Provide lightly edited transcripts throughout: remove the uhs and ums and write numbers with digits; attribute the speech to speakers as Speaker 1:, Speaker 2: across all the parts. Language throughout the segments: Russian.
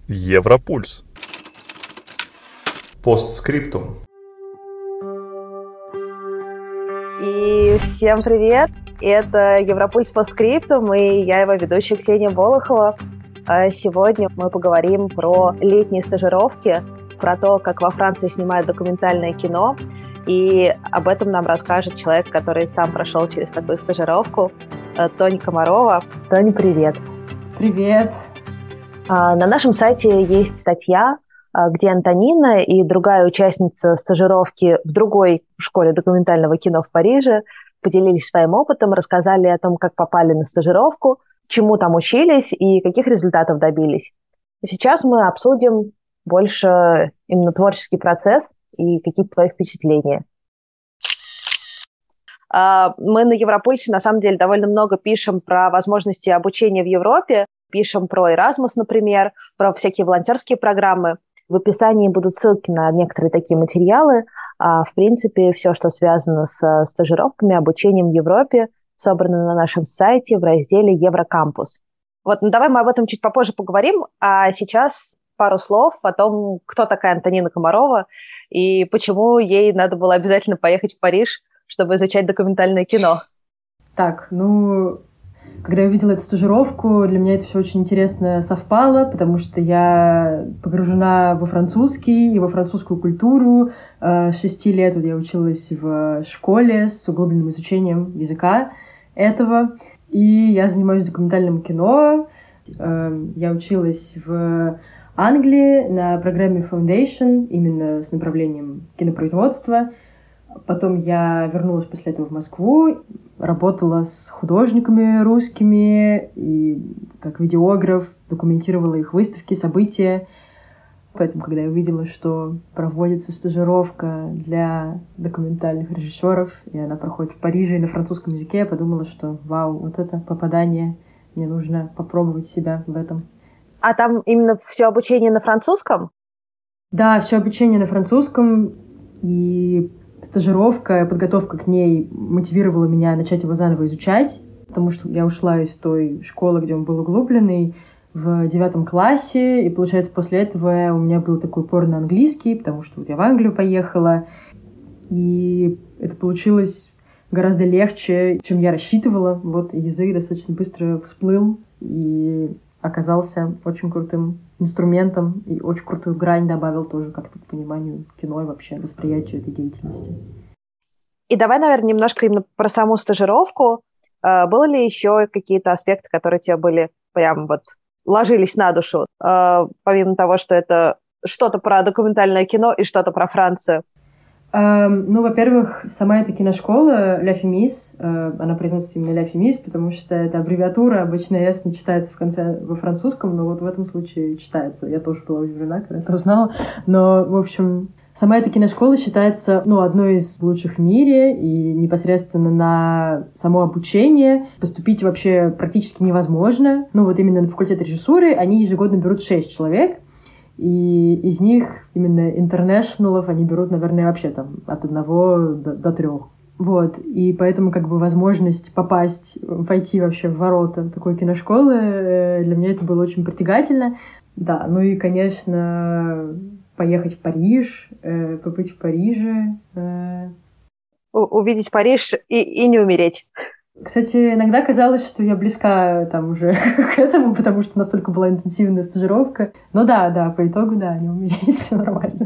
Speaker 1: Европульс. Постскриптум.
Speaker 2: И всем привет! Это Европульс по скриптум, и я его ведущая Ксения Болохова. Сегодня мы поговорим про летние стажировки, про то, как во Франции снимают документальное кино, и об этом нам расскажет человек, который сам прошел через такую стажировку, Тоня Комарова. Тоня, привет!
Speaker 3: Привет!
Speaker 2: На нашем сайте есть статья, где Антонина и другая участница стажировки в другой школе документального кино в Париже поделились своим опытом, рассказали о том, как попали на стажировку, чему там учились и каких результатов добились. Сейчас мы обсудим больше именно творческий процесс и какие-то твои впечатления. Мы на Европульсе, на самом деле, довольно много пишем про возможности обучения в Европе, пишем про Erasmus, например, про всякие волонтерские программы. В описании будут ссылки на некоторые такие материалы. В принципе, все, что связано с стажировками, обучением в Европе, собрано на нашем сайте в разделе Еврокампус. Давай мы об этом чуть попозже поговорим, а сейчас пару слов о том, кто такая Антонина Комарова и почему ей надо было обязательно поехать в Париж, чтобы изучать документальное кино.
Speaker 3: Так, когда я увидела эту стажировку, для меня это все очень интересно совпало, потому что я погружена во французский и во французскую культуру. С 6 лет я училась в школе с углубленным изучением языка этого. И я занимаюсь документальным кино. Я училась в Англии на программе Foundation, именно с направлением кинопроизводства. Потом я вернулась после этого в Москву, работала с художниками русскими и как видеограф, документировала их выставки, события. Поэтому, когда я увидела, что проводится стажировка для документальных режиссеров, и она проходит в Париже и на французском языке, я подумала, что вау, вот это попадание, мне нужно попробовать себя в этом.
Speaker 2: А там именно все обучение на французском?
Speaker 3: Да, все обучение на французском, и стажировка, подготовка к ней мотивировала меня начать его заново изучать, потому что я ушла из той школы, где он был углубленный, в 9 классе, и, получается, после этого у меня был такой упор на английский, потому что я в Англию поехала, и это получилось гораздо легче, чем я рассчитывала. И язык достаточно быстро всплыл и оказался очень крутым инструментом и очень крутую грань добавил тоже как-то к пониманию кино и вообще восприятию этой деятельности.
Speaker 2: И давай, наверное, немножко именно про саму стажировку. Было ли еще какие-то аспекты, которые тебе были прям ложились на душу, помимо того, что это что-то про документальное кино и что-то про Францию?
Speaker 3: Во-первых, сама эта киношкола «Ля Фемис», она произносится именно «Ля Фемис», потому что это аббревиатура, обычно «с» не читается в конце во французском, но в этом случае читается. Я тоже была удивлена, когда это узнала. Но, в общем, сама эта киношкола считается одной из лучших в мире, и непосредственно на само обучение поступить вообще практически невозможно. Именно на факультет режиссуры они ежегодно берут 6 человек, и из них именно интернешналов они берут, наверное, вообще там от 1 до 3. И поэтому возможность попасть, войти вообще в ворота такой киношколы, для меня это было очень притягательно. Да, и, конечно, поехать в Париж, побыть в Париже.
Speaker 2: Увидеть Париж и не умереть.
Speaker 3: Кстати, иногда казалось, что я близка там уже к этому, потому что настолько была интенсивная стажировка. Но да, по итогу, не умереть, все нормально.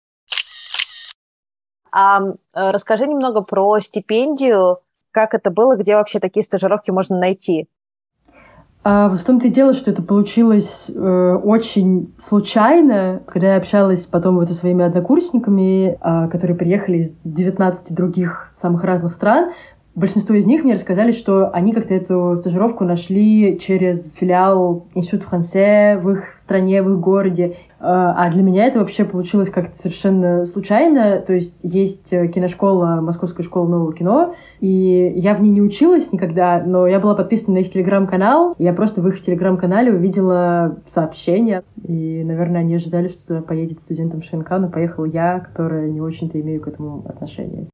Speaker 2: Расскажи немного про стипендию, как это было, где вообще такие стажировки можно найти?
Speaker 3: В том-то и дело, что это получилось очень случайно, когда я общалась потом со своими однокурсниками, которые приехали из 19 других самых разных стран. Большинство из них мне рассказали, что они как-то эту стажировку нашли через филиал Институт Франсе в их стране, в их городе. А для меня это вообще получилось как-то совершенно случайно. То есть киношкола, Московская школа нового кино, и я в ней не училась никогда, но я была подписана на их телеграм-канал. Я просто в их телеграм-канале увидела сообщение. И, наверное, они ожидали, что туда поедет студентом ШНК, но поехала я, которая не очень-то имею к этому отношения.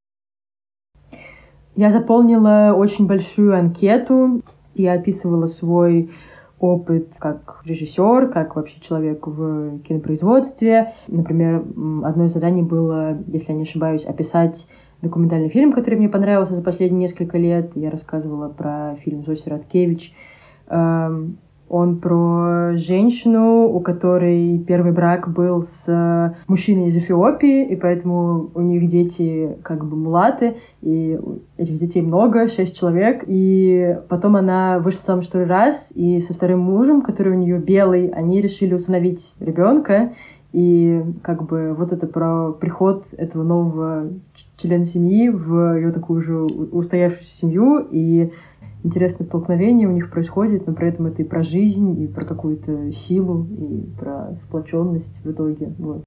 Speaker 3: Я заполнила очень большую анкету. Я описывала свой опыт как режиссер, как вообще человек в кинопроизводстве. Например, одно из заданий было, если я не ошибаюсь, описать документальный фильм, который мне понравился за последние несколько лет. Я рассказывала про фильм Зоси Радкевич. Он про женщину, у которой первый брак был с мужчиной из Эфиопии, и поэтому у них дети как бы мулаты, и этих детей много, 6 человек. И потом она вышла замуж второй раз, и со вторым мужем, который у нее белый, они решили усыновить ребенка. И как бы вот это про приход этого нового члена семьи в ее такую же устоявшуюся семью, и интересное столкновение у них происходит, но при этом это и про жизнь, и про какую-то силу, и про сплоченность в итоге. Вот.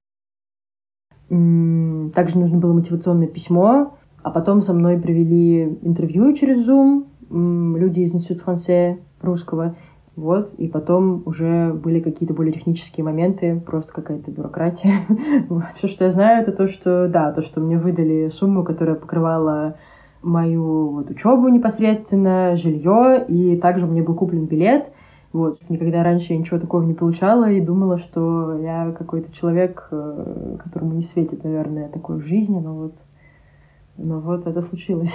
Speaker 3: Также нужно было мотивационное письмо, а потом со мной провели интервью через Zoom люди из Института Франсе русского. Вот, и потом уже были какие-то более технические моменты, просто какая-то бюрократия. Вот. Все, что я знаю, это то, что мне выдали сумму, которая покрывала мою вот учебу непосредственно, жилье, и также мне был куплен билет. Вот. Никогда раньше я ничего такого не получала и думала, что я какой-то человек, которому не светит, наверное, такое в жизни, но вот это случилось.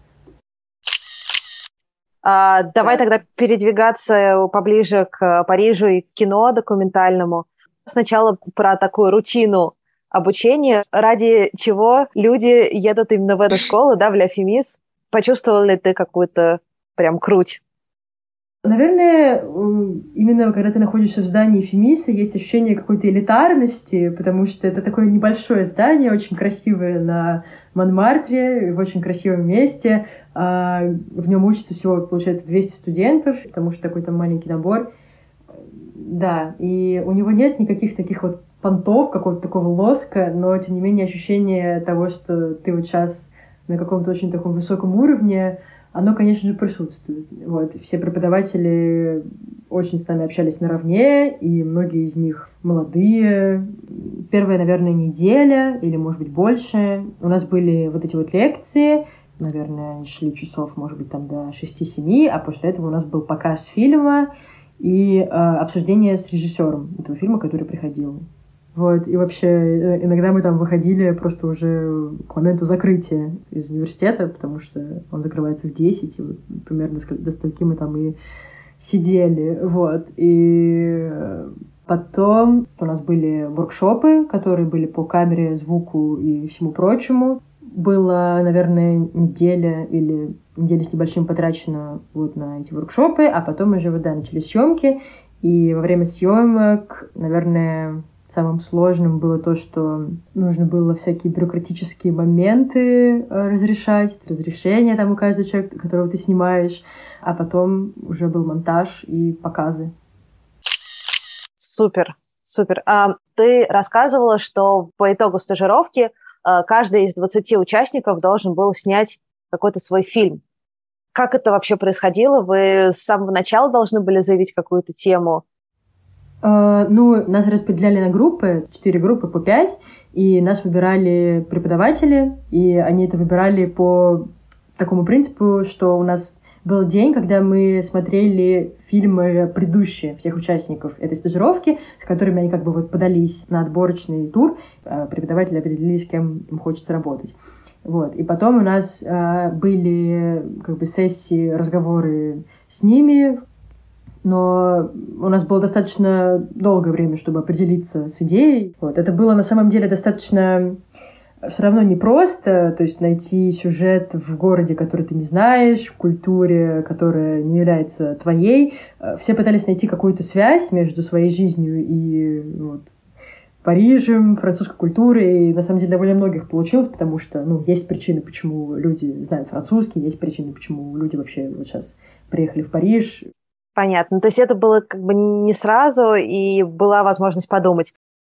Speaker 2: Давай тогда передвигаться поближе к Парижу и к кино документальному. Сначала про такую рутину обучения, ради чего люди едут именно в эту школу, да, в Ля Фемис. Почувствовал ли ты какую-то прям круть?
Speaker 3: Наверное, именно когда ты находишься в здании Фемиса, есть ощущение какой-то элитарности, потому что это такое небольшое здание, очень красивое на Монмартре, в очень красивом месте. В нем учатся всего, получается, 200 студентов, потому что такой там маленький набор. Да, и у него нет никаких таких вот понтов, какого-то такого лоска, но, тем не менее, ощущение того, что ты вот сейчас на каком-то очень таком высоком уровне, оно, конечно же, присутствует. Вот. Все преподаватели очень с нами общались наравне, и многие из них молодые. Первая, наверное, неделя, или, может быть, больше. У нас были вот эти вот лекции, наверное, они шли часов, может быть, там до 6-7, а после этого у нас был показ фильма и обсуждение с режиссером этого фильма, который приходил. Вот, и вообще, иногда мы там выходили просто уже к моменту закрытия из университета, потому что он закрывается в 10, и вот примерно до стольки мы там и сидели, вот. И потом у нас были воркшопы, которые были по камере, звуку и всему прочему. Было, наверное, неделя с небольшим потрачено вот на эти воркшопы, а потом уже, вот, да, начались съемки, и во время съемок, наверное, самым сложным было то, что нужно было всякие бюрократические моменты разрешать, разрешения там у каждого человека, которого ты снимаешь, а потом уже был монтаж и показы.
Speaker 2: Супер, супер. Ты рассказывала, что по итогу стажировки каждый из 20 участников должен был снять какой-то свой фильм. Как это вообще происходило? Вы с самого начала должны были заявить какую-то тему?
Speaker 3: Нас распределяли на группы, 4 группы по 5, и нас выбирали преподаватели, и они это выбирали по такому принципу, что у нас был день, когда мы смотрели фильмы предыдущие всех участников этой стажировки, с которыми они как бы вот подались на отборочный тур, преподаватели определили, с кем им хочется работать. Вот. И потом у нас были как бы сессии, разговоры с ними, но у нас было достаточно долгое время, чтобы определиться с идеей. Вот. Это было на самом деле достаточно все равно непросто, то есть найти сюжет в городе, который ты не знаешь, в культуре, которая не является твоей. Все пытались найти какую-то связь между своей жизнью и вот, Парижем, французской культурой, и на самом деле довольно многих получилось, потому что, есть причины, почему люди знают французский, есть причины, почему люди вообще вот сейчас приехали в Париж.
Speaker 2: Понятно. То есть это было как бы не сразу, и была возможность подумать.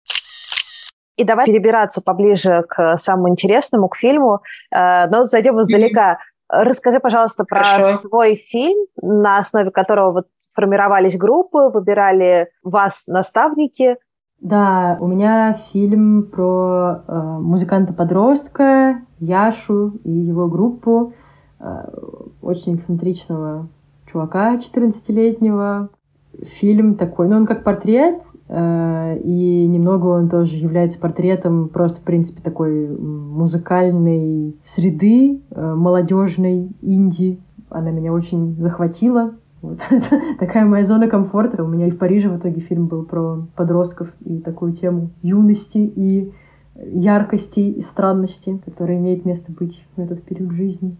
Speaker 2: И давай перебираться поближе к самому интересному, к фильму, но зайдем издалека. Расскажи, пожалуйста, про свой фильм, на основе которого вот формировались группы, выбирали вас наставники.
Speaker 3: Да, у меня фильм про музыканта-подростка Яшу и его группу, очень эксцентричного чувака 14-летнего. фильм такой, ну, он как портрет, и немного он тоже является портретом просто, в принципе, такой музыкальной среды, молодежной, инди. Она меня очень захватила. Вот. Такая моя зона комфорта. У меня и в Париже в итоге фильм был про подростков и такую тему юности и яркости и странности, которая имеет место быть в этот период жизни.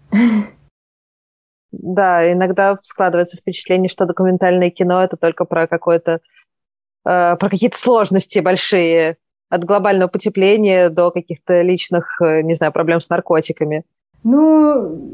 Speaker 2: Да, иногда складывается впечатление, что документальное кино — это только про про какие-то сложности большие, от глобального потепления до каких-то личных, не знаю, проблем с наркотиками.
Speaker 3: Ну,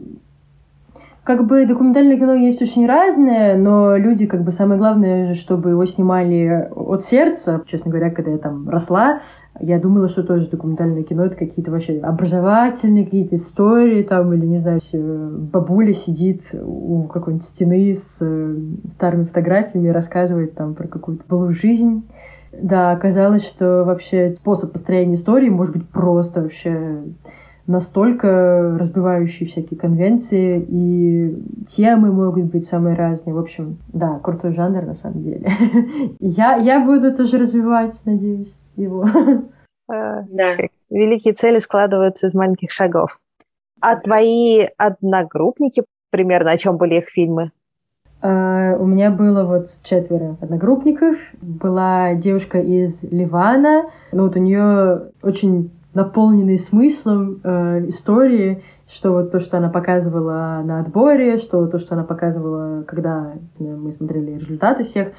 Speaker 3: как бы документальное кино есть очень разное, но люди, как бы, самое главное, чтобы его снимали от сердца. Честно говоря, когда я там росла, я думала, что тоже документальное кино — это какие-то вообще образовательные какие-то истории, там, или, не знаю, бабуля сидит у какой-нибудь стены с старыми фотографиями и рассказывает там про какую-то былую жизнь. Да, оказалось, что вообще способ построения истории может быть просто вообще настолько разбивающие всякие конвенции, и темы могут быть самые разные. В общем, да, крутой жанр на самом деле. Я буду тоже развивать, надеюсь, его.
Speaker 2: Да. Великие цели складываются из маленьких шагов. А твои одногруппники, примерно, о чем были их фильмы?
Speaker 3: У меня было вот 4 одногруппников. Была девушка из Ливана. Ну вот у нее очень наполненные смыслом истории, что вот то, что она показывала на отборе, что то, что она показывала, когда мы смотрели результаты всех.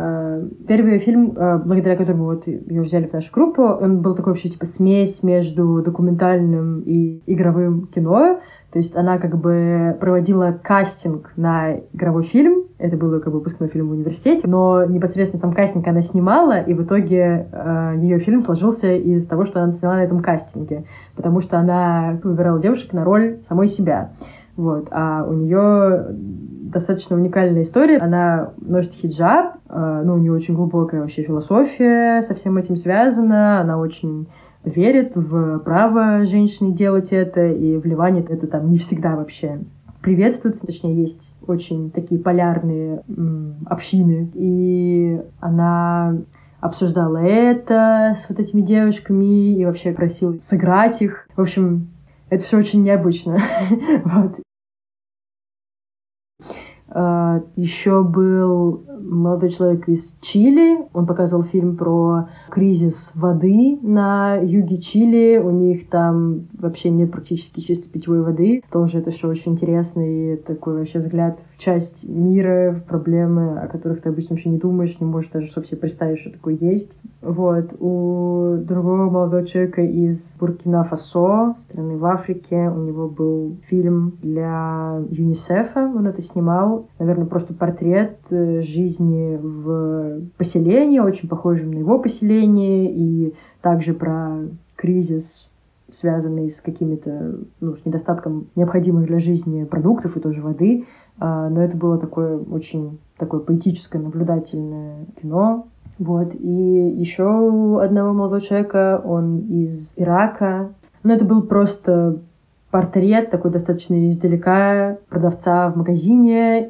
Speaker 3: Первый фильм, благодаря которому вот ее взяли в нашу группу, он был такой вообще типа смесь между документальным и игровым кино. То есть она как бы проводила кастинг на игровой фильм. Это был как бы выпускной фильм в университете. Но непосредственно сам кастинг она снимала, и в итоге ее фильм сложился из того, что она сняла на этом кастинге. Потому что она выбирала девушек на роль самой себя. Вот. А у нее достаточно уникальная история. Она носит хиджаб. Ну, у нее очень глубокая вообще философия со всем этим связана. Она очень верит в право женщины делать это, и в Ливане это там не всегда вообще приветствуется, точнее, есть очень такие полярные общины, и она обсуждала это с вот этими девушками и вообще просила сыграть их. В общем, это все очень необычно. Вот. Еще был молодой человек из Чили. Он показывал фильм про кризис воды на юге Чили. У них там вообще нет практически чистой питьевой воды. Тоже это все очень интересно и такой вообще взгляд в часть мира, в проблемы, о которых ты обычно вообще не думаешь, не можешь даже себе представить, что такое есть. Вот. У другого молодого человека из Буркина-Фасо, страны в Африке, у него был фильм для ЮНИСЕФа. Он это снимал. Наверное, просто портрет жизни в поселении, очень похожем на его поселение, и также про кризис, связанный с какими-то, с недостатком необходимых для жизни продуктов и тоже воды. Но это было такое очень такое поэтическое, наблюдательное кино. Вот. И еще у одного молодого человека, он из Ирака. Но это был просто портрет такой достаточно издалека продавца в магазине.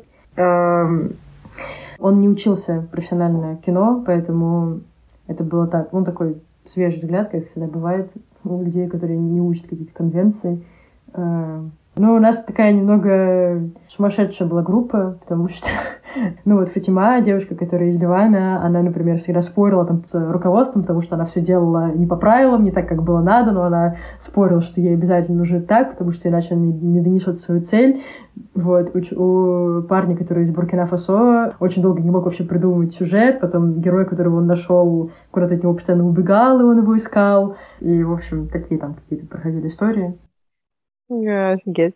Speaker 3: Он не учился профессионально кино, поэтому это было так, такой свежий взгляд, как всегда бывает у людей, которые не учат какие-то конвенции. Ну, у нас такая немного сумасшедшая была группа, потому что, вот Фатима, девушка, которая из Ливана, она, например, всегда спорила там с руководством, потому что она все делала не по правилам, не так, как было надо, но она спорила, что ей обязательно нужно так, потому что иначе она не донесет свою цель. Вот. У парня, который из Буркина-Фасо, очень долго не мог вообще придумывать сюжет, потом герой, которого он нашел, куда-то от него постоянно убегал, и он его искал. И, в общем, такие там какие-то проходили истории.
Speaker 2: Офигеть.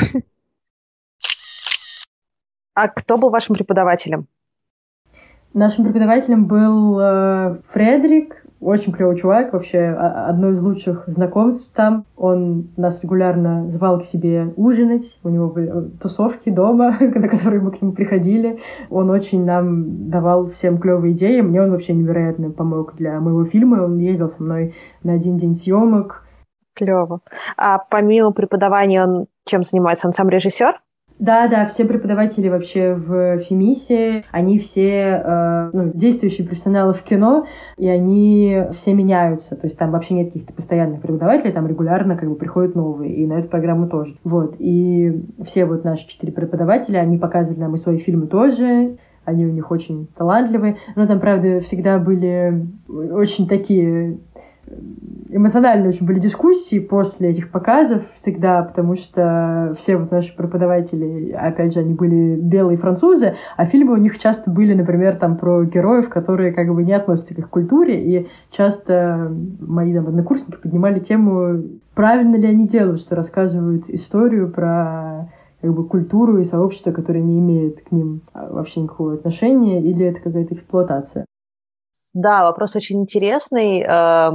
Speaker 2: А кто был вашим преподавателем?
Speaker 3: Нашим преподавателем был Фредерик, очень клевый чувак, вообще одно из лучших знакомств там. Он нас регулярно звал к себе ужинать, у него были тусовки дома, на которые мы к нему приходили. Он очень нам давал всем клевые идеи, мне он вообще невероятно помог для моего фильма, он ездил со мной на 1 день съемок.
Speaker 2: Клево. А помимо преподавания он чем занимается? Он сам режиссер?
Speaker 3: Да, все преподаватели вообще в ФИМИСе, они все действующие профессионалы в кино, и они все меняются. То есть там вообще нет каких-то постоянных преподавателей, там регулярно как бы приходят новые, и на эту программу тоже. Вот, и все вот наши 4 преподавателя, они показывали нам и свои фильмы тоже, они у них очень талантливые, но там, правда, всегда были очень такие эмоциональные очень были дискуссии после этих показов всегда, потому что все вот наши преподаватели, опять же, они были белые французы, а фильмы у них часто были, например, там про героев, которые как бы не относятся к их культуре, и часто мои там однокурсники поднимали тему, правильно ли они делают, что рассказывают историю про как бы культуру и сообщество, которое не имеет к ним вообще никакого отношения, или это какая-то эксплуатация.
Speaker 2: Да, вопрос очень интересный.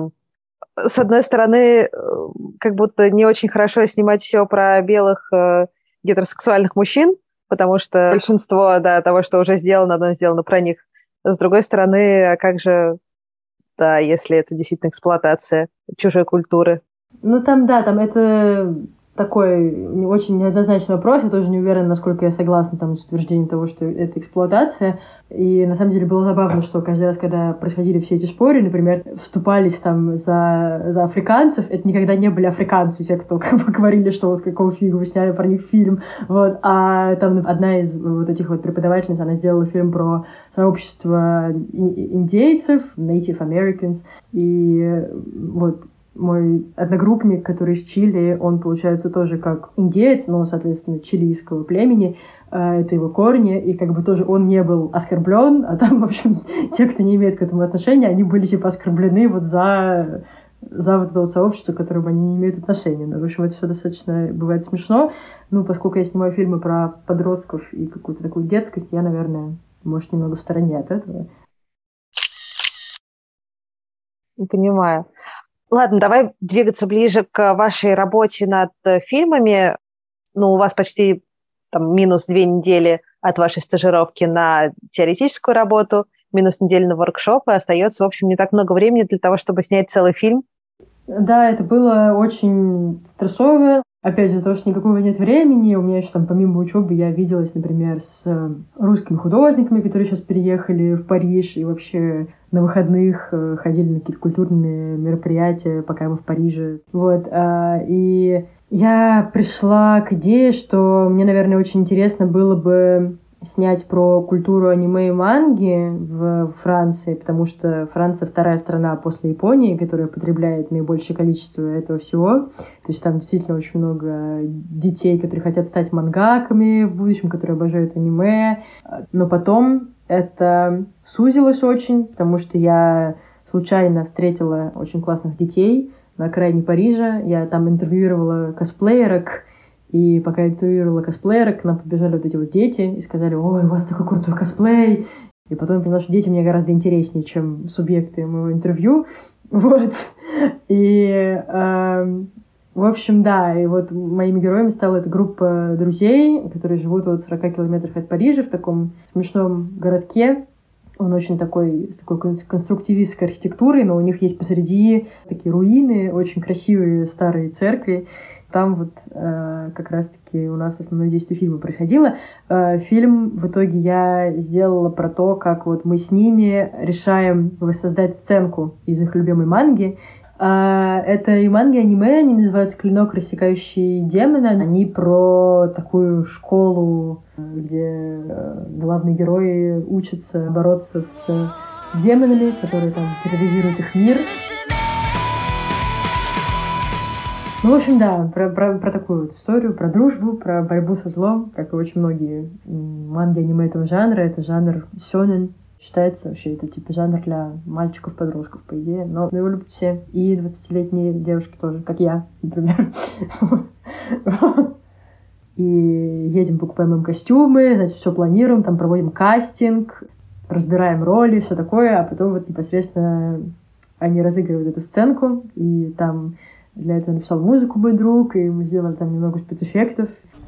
Speaker 2: С одной стороны, как будто не очень хорошо снимать все про белых гетеросексуальных мужчин, потому что большинство того, что уже сделано, оно сделано про них. С другой стороны, а как же, да, если это действительно эксплуатация чужой культуры?
Speaker 3: Ну, там это такой не очень неоднозначный вопрос. Я тоже не уверена, насколько я согласна там, с утверждением того, что это эксплуатация. И на самом деле было забавно, что каждый раз, когда происходили все эти споры, например, вступались там за африканцев, это никогда не были африканцы, те, кто как бы говорили, что вот какого фига вы сняли про них фильм. Вот. А там одна из вот этих вот преподавательниц, она сделала фильм про сообщество индейцев, Native Americans. И вот мой одногруппник, который из Чили, он, получается, тоже как индеец, но, соответственно, чилийского племени, это его корни, и как бы тоже он не был оскорблен, а там, в общем, те, кто не имеет к этому отношения, они были, типа, оскорблены вот за вот это вот сообщество, к которому они не имеют отношения. Но, в общем, это все достаточно бывает смешно. Ну, поскольку я снимаю фильмы про подростков и какую-то такую детскость, я, наверное, может, немного в стороне от этого.
Speaker 2: Понимаю. Ладно, давай двигаться ближе к вашей работе над фильмами. Ну, у вас почти там минус 2 недели от вашей стажировки на теоретическую работу, минус неделя на воркшопы. Остается, в общем, не так много времени для того, чтобы снять целый фильм.
Speaker 3: Да, это было очень стрессово. Опять же, из-за того, что никакого нет времени, у меня еще там помимо учебы я виделась, например, с русскими художниками, которые сейчас переехали в Париж, и вообще на выходных ходили на какие-то культурные мероприятия, пока мы в Париже. Вот. И я пришла к идее, что мне, наверное, очень интересно было бы снять про культуру аниме и манги в Франции, потому что Франция вторая страна после Японии, которая потребляет наибольшее количество этого всего. То есть там действительно очень много детей, которые хотят стать мангаками в будущем, которые обожают аниме. Но потом это сузилось очень, потому что я случайно встретила очень классных детей на окраине Парижа. Я там интервьюировала косплеерок, и пока я интервьюировала косплеерок, к нам побежали вот эти вот дети и сказали: «Ой, у вас такой крутой косплей!» И потом я поняла, что дети мне гораздо интереснее, чем субъекты моего интервью. Вот. И, в общем, да, и вот моими героями стала эта группа друзей, которые живут вот в 40 километрах от Парижа, в таком смешном городке. Он очень такой, с такой конструктивистской архитектурой, но у них есть посреди такие руины, очень красивые старые церкви. Там вот как раз-таки у нас основное действие фильма происходило. Фильм в итоге я сделала про то, как вот мы с ними решаем воссоздать сценку из их любимой манги. Это и манги, и аниме, они называются «Клинок, рассекающий демона». Они про такую школу, где главные герои учатся бороться с демонами, которые там терроризируют их мир. Ну, в общем, да, про такую вот историю, про дружбу, про борьбу со злом, как и очень многие манги, аниме этого жанра. Это жанр сёнэн. Считается вообще, это типа жанр для мальчиков-подростков, по идее. Но его любят все. И 20-летние девушки тоже, как я, например. И едем, покупаем им костюмы, значит, все планируем, там проводим кастинг, разбираем роли, все такое, а потом вот непосредственно они разыгрывают эту сценку, и там для этого написал музыку мой друг, и мы сделали там немного спецэффектов.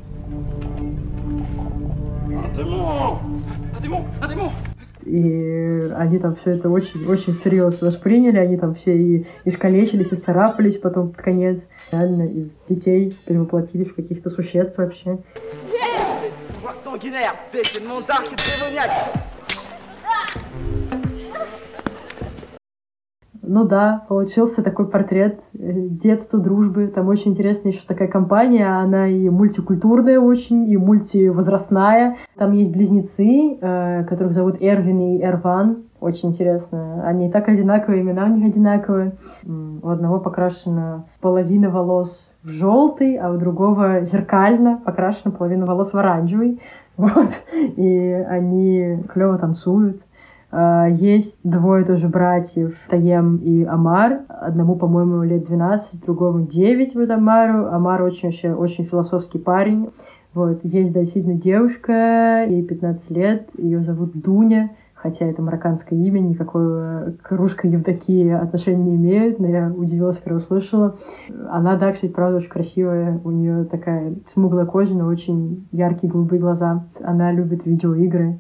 Speaker 3: И они там все это очень всерьез восприняли, они там все и искалечились, и царапались потом под конец. Реально из детей перевоплотились в каких-то существ вообще.
Speaker 1: sanguinaire, déchaîne mon arc démoniaque.
Speaker 3: Ну да, получился такой портрет детства, дружбы. Там очень интересная еще такая компания. Она и мультикультурная очень, и мультивозрастная. Там есть близнецы, которых зовут Эрвин и Эрван. Очень интересно. Они и так одинаковые, имена у них одинаковые. У одного покрашена половина волос в желтый, а у другого зеркально покрашена половина волос в оранжевый. Вот. И они клево танцуют. Есть двое тоже братьев, Таем и Амар. Одному, по-моему, лет 12, другому 9 вот Амару. Амар очень философский парень. Вот. Есть действительно девушка, ей 15 лет, ее зовут Дуня, хотя это марокканское имя, никакой к русской Евдокии отношения не имеет, но я удивилась, когда услышала. Она, да, кстати, правда, очень красивая, у нее такая смуглая кожа, но очень яркие голубые глаза. Она любит видеоигры.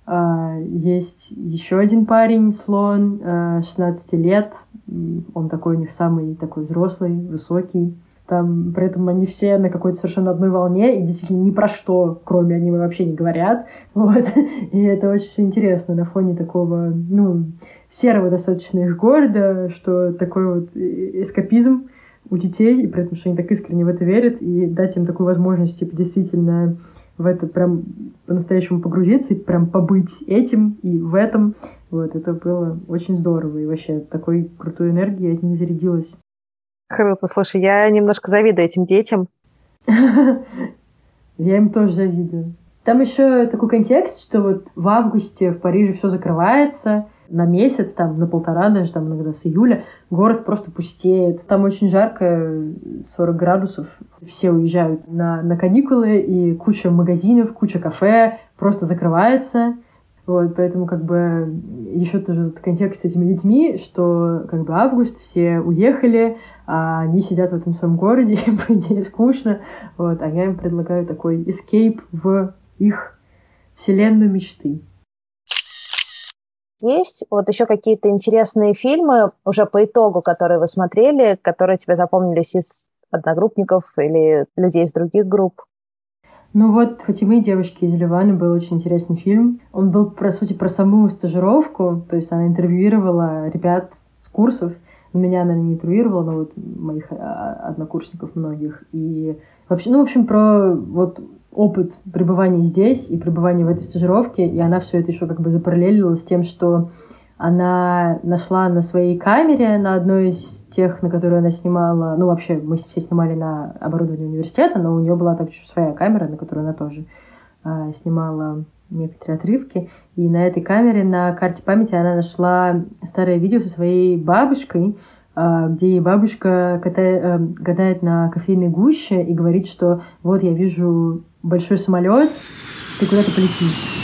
Speaker 3: Есть еще один парень, Слон, 16 лет. Он такой у них самый такой взрослый, высокий. Там, при этом они все на какой-то совершенно одной волне и действительно ни про что, кроме аниме, вообще не говорят. Вот. И это очень интересно на фоне такого, серого достаточно их города, что такой вот эскапизм у детей, и при этом, что они так искренне в это верят, и дать им такую возможность, типа, действительно в это прям по-настоящему погрузиться и прям побыть этим и в этом. Вот, это было очень здорово. И вообще такой крутой энергией от них зарядилась.
Speaker 2: Круто, слушай, я немножко завидую этим детям.
Speaker 3: Я им тоже завидую. Там еще такой контекст, что вот в августе в Париже все закрывается на месяц, там, на полтора даже, там, иногда с июля, город просто пустеет. Там очень жарко, 40 градусов. Все уезжают на каникулы, и куча магазинов, куча кафе просто закрывается. Вот, поэтому как бы еще тоже контекст с этими детьми, что как бы август, все уехали, а они сидят в этом своем городе, им, по идее, скучно. Вот, а я им предлагаю такой эскейп в их вселенную мечты.
Speaker 2: Есть вот еще какие-то интересные фильмы, уже по итогу, которые вы смотрели, которые тебе запомнились из одногруппников или людей из других групп?
Speaker 3: Ну вот «Фатимы, девушки из Ливана» был очень интересный фильм. Он был, по сути, про саму стажировку, то есть она интервьюировала ребят с курсов. Меня она не интервьюировала, но вот моих однокурсников многих. И вообще, в общем, про вот опыт пребывания здесь и пребывания в этой стажировке, и она все это еще как бы запараллелила с тем, что она нашла на своей камере, на одной из тех, на которую она снимала, вообще мы все снимали на оборудовании университета, но у нее была также своя камера, на которую она тоже снимала некоторые отрывки, и на этой камере, на карте памяти она нашла старое видео со своей бабушкой, где ей бабушка гадает на кофейной гуще и говорит, что вот я вижу большой самолет, ты куда-то полетишь.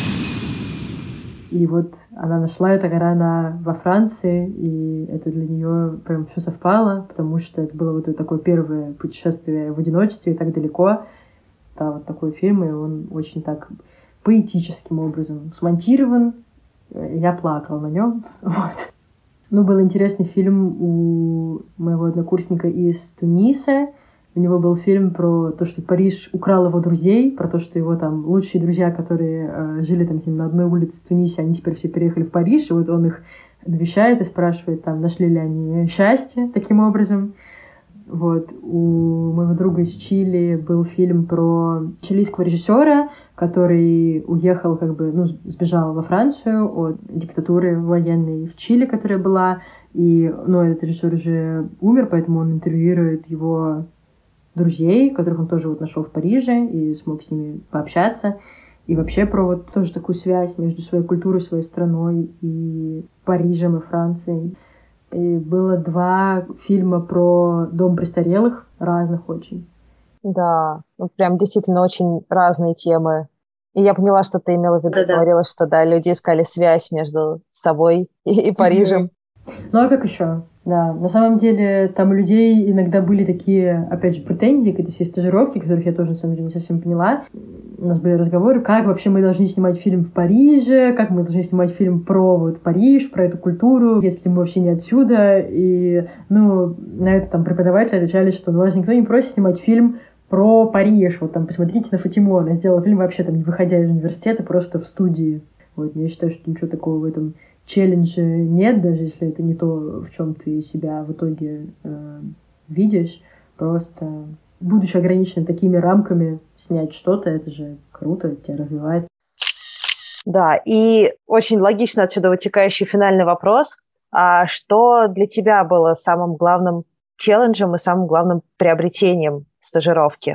Speaker 3: И вот она нашла это, когда она во Франции, и это для нее прям все совпало, потому что это было вот такое первое путешествие в одиночестве и так далеко. Да, вот такой фильм, и он очень так поэтическим образом смонтирован. Я плакала на нем. Вот. Был интересный фильм у моего однокурсника из Туниса. У него был фильм про то, что Париж украл его друзей, про то, что его там лучшие друзья, которые жили там с ним на одной улице в Тунисе, они теперь все переехали в Париж, и вот он их навещает и спрашивает, там, нашли ли они счастье таким образом. Вот. У моего друга из Чили был фильм про чилийского режиссера, который уехал, сбежал во Францию от диктатуры военной в Чили, которая была. И, этот режиссер уже умер, поэтому он интервьюирует его друзей, которых он тоже нашел в Париже и смог с ними пообщаться. И вообще про тоже такую связь между своей культурой, своей страной и Парижем и Францией. И было 2 фильма про дом престарелых, разных очень.
Speaker 2: Да, прям действительно очень разные темы. И я поняла, что ты имела в виду, говорила, что да, люди искали связь между собой и Парижем.
Speaker 3: А как еще? Да, на самом деле там у людей иногда были такие, опять же, претензии к этой всей стажировке, которых я тоже, на самом деле, не совсем поняла. У нас были разговоры, как вообще мы должны снимать фильм в Париже, как мы должны снимать фильм про Париж, про эту культуру, если мы вообще не отсюда. И, на это там преподаватели отвечали, что вас никто не просит снимать фильм про Париж. Вот там посмотрите на Фатиму, она сделала фильм вообще там не выходя из университета, просто в студии. Вот, я считаю, что ничего такого в этом челлендже нет, даже если это не то, в чем ты себя в итоге видишь. Просто, будучи ограниченным такими рамками, снять что-то, это же круто, тебя развивает.
Speaker 2: Да, и очень логично отсюда вытекающий финальный вопрос. А что для тебя было самым главным челленджем и самым главным приобретением стажировки?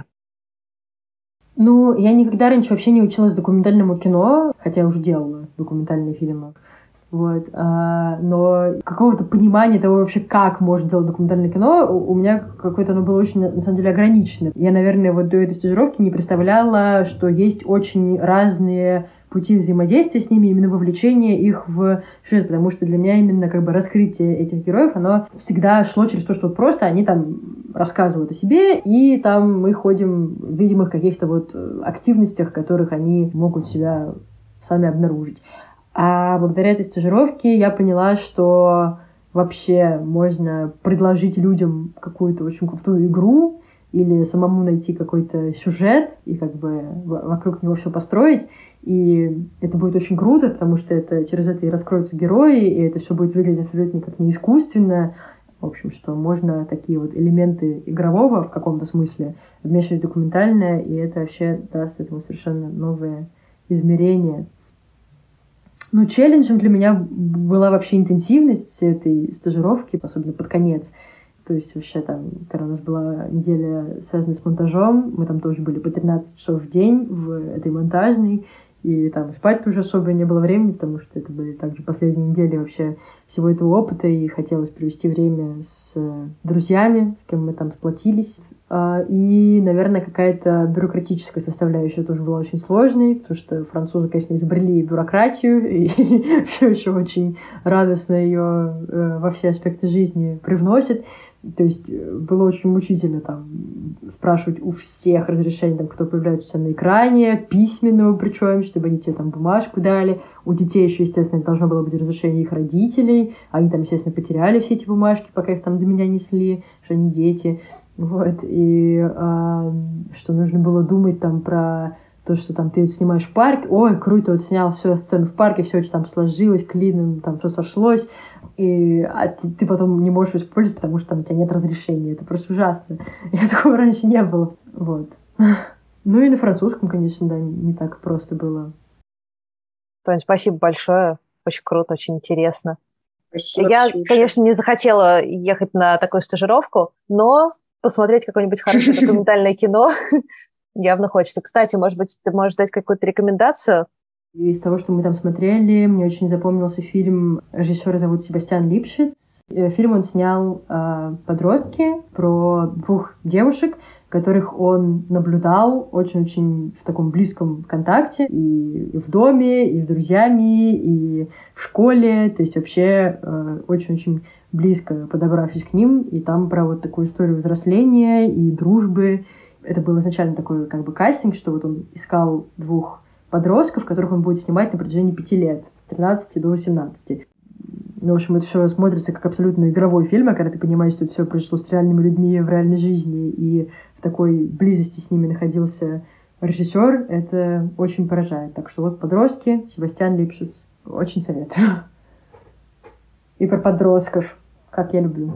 Speaker 3: Ну, я никогда раньше вообще не училась документальному кино, хотя я уже делала документальные фильмы. Вот. Но какого-то понимания того вообще, как можно делать документальное кино, у меня какое-то оно было очень, на самом деле, ограничено. Я, наверное, вот до этой стажировки не представляла, что есть очень разные пути взаимодействия с ними, именно вовлечение их в сюжет, потому что для меня именно как бы раскрытие этих героев, оно всегда шло через то, что вот просто они там рассказывают о себе, и там мы ходим, видим их каких-то вот активностях, которых они могут себя сами обнаружить. А благодаря этой стажировке я поняла, что вообще можно предложить людям какую-то очень крутую игру или самому найти какой-то сюжет и как бы вокруг него все построить. И это будет очень круто, потому что через это и раскроются герои, и это все будет выглядеть абсолютно как не искусственно. В общем, что можно такие вот элементы игрового в каком-то смысле вмешивать в документальное, и это вообще даст этому совершенно новое измерение. Ну, челленджем для меня была вообще интенсивность всей этой стажировки, особенно под конец. То есть вообще там, когда у нас была неделя связанная с монтажом, мы там тоже были по 13 часов в день в этой монтажной, и там спать тоже особо не было времени, потому что это были также последние недели вообще всего этого опыта, и хотелось провести время с друзьями, с кем мы там сплотились. И, наверное, какая-то бюрократическая составляющая тоже была очень сложной, потому что французы, конечно, изобрели бюрократию, и все еще очень радостно ее во все аспекты жизни привносят. То есть было очень мучительно там спрашивать у всех разрешений, там, кто появляется на экране, письменного причем, чтобы они тебе там бумажку дали. У детей еще, естественно, должно было быть разрешение их родителей. Они там, естественно, потеряли все эти бумажки, пока их там до меня несли, что они дети. Вот. И что нужно было думать там про то, что там ты снимаешь в парке, ой, круто, вот снял всю сцену в парке, все очень там сложилось, клином, там все сошлось, а ты потом не можешь использовать, потому что там у тебя нет разрешения. Это просто ужасно. Я такого раньше не было. Вот. Ну и на французском, конечно, да, не так просто было.
Speaker 2: Тонь, спасибо большое. Очень круто, очень интересно.
Speaker 4: Спасибо,
Speaker 2: Я,
Speaker 4: Ксюша.
Speaker 2: конечно, не захотела ехать на такую стажировку, но посмотреть какое-нибудь хорошее документальное кино явно хочется. Кстати, может быть, ты можешь дать какую-то рекомендацию?
Speaker 3: Из того, что мы там смотрели, мне очень запомнился фильм, режиссера зовут Себастьян Липшиц. Фильм он снял подростки про двух девушек, которых он наблюдал очень-очень в таком близком контакте и в доме, и с друзьями, и в школе, то есть вообще очень-очень близко подобравшись к ним, и там про вот такую историю взросления и дружбы. Это был изначально такой как бы кастинг, что вот он искал двух подростков, которых он будет снимать на протяжении 5 лет, с 13 до 18. Ну, в общем, это все смотрится как абсолютно игровой фильм, а когда ты понимаешь, что это все произошло с реальными людьми в реальной жизни, и в такой близости с ними находился режиссер, это очень поражает. Так что вот «Подростки», Себастьян Липшиц. Очень советую. И про подростков, как я люблю.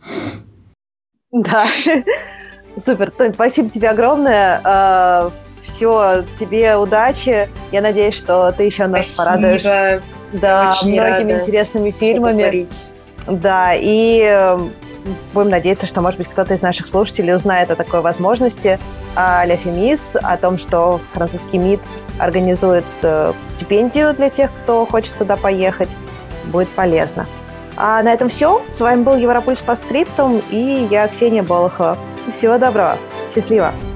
Speaker 2: Да. Супер, Тонь, спасибо тебе огромное. Все, тебе удачи. Я надеюсь, что ты еще нас порадуешь. Да, многими интересными фильмами. Да, и будем надеяться, что, может быть, кто-то из наших слушателей узнает о такой возможности, о Ля Фемис, о том, что французский МИД организует стипендию для тех, кто хочет туда поехать. Будет полезно. А на этом все. С вами был Европульс Постскриптум и я, Ксения Болохова. Всего доброго. Счастливо.